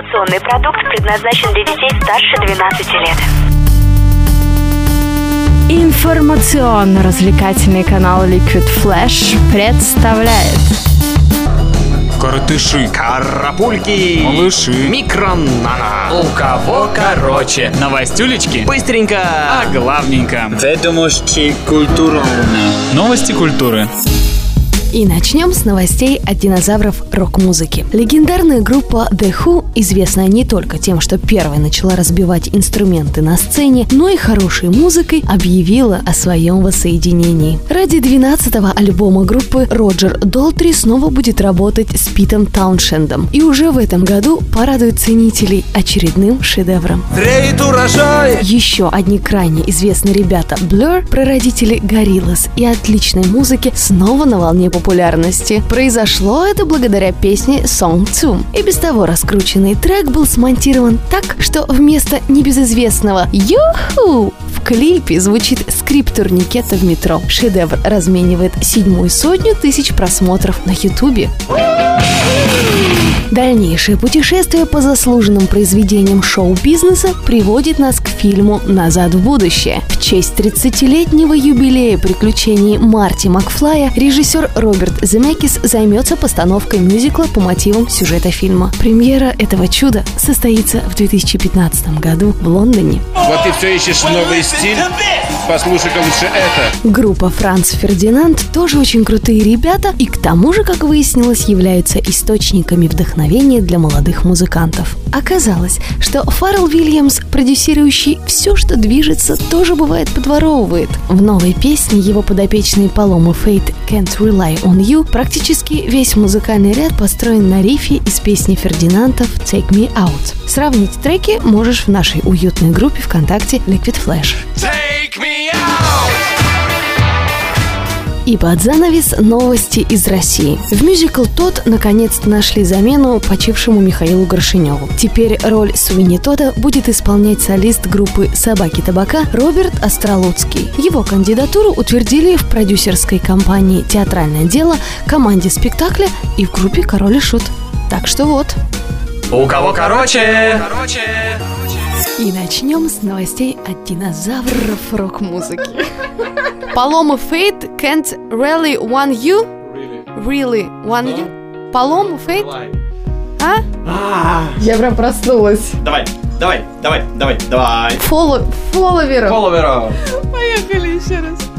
Информационный продукт предназначен для детей старше 12 лет. Информационно-развлекательный канал Liquid Flash представляет Коротыши, карапульки, малыши, микронана. У кого короче? Новостюлечки? Быстренько, А главненько. Ведомости культуры. Новости культуры. И начнем с новостей от динозавров рок-музыки. Легендарная группа The Who, известная не только тем, что первой начала разбивать инструменты на сцене, но и хорошей музыкой, объявила о своем воссоединении. Ради 12-го альбома группы Роджер Долтри снова будет работать с Питом Тауншендом. И уже в этом году порадует ценителей очередным шедевром. Еще одни крайне известные ребята Blur, прародители Gorillaz и отличной музыки, снова на волне популярности. Произошло это благодаря песне Song 2. И без того раскрученный трек был смонтирован так, что вместо небезызвестного «Юху» в клипе звучит скрип турникета в метро. Шедевр разменивает 7-ю сотню тысяч просмотров на Ютубе. Дальнейшее путешествие по заслуженным произведениям шоу-бизнеса приводит нас к фильму «Назад в будущее». В честь 30-летнего юбилея приключений Марти Макфлая режиссер Роберт Земекис займется постановкой мюзикла по мотивам сюжета фильма. Премьера этого чуда состоится в 2015 году в Лондоне. Вот ты все ищешь новый стиль? Послушай-ка лучше это. Группа Франц Фердинанд тоже очень крутые ребята и к тому же, как выяснилось, являются источниками вдохновения для молодых музыкантов. Оказалось, что Фаррелл Вильямс, продюсирующий все, что движется, тоже бывает подворовывает. В новой песне его подопечные Paloma Faith Can't Rely on You практически весь музыкальный ряд построен на рифе из песни Фердинандов Take Me Out. Сравнить треки можешь в нашей уютной группе ВКонтакте Liquid Flash. Take me out. И под занавес новости из России. В мюзикл «Тод» наконец-то нашли замену почившему Михаилу Горшеневу. Теперь роль Суини Тода будет исполнять солист группы «Собаки Табака» Роберт Остролуцкий. Его кандидатуру утвердили в продюсерской компании «Театральное дело», команде спектакля и в группе «Король и Шут». Так что вот. У кого короче? И начнем с новостей от динозавров рок-музыки. Paloma Faith Can't Really Want You? Really Want You? Paloma Faith? А? Я прям проснулась. Давай. Фолловеров. Фолловеров. Поехали еще раз.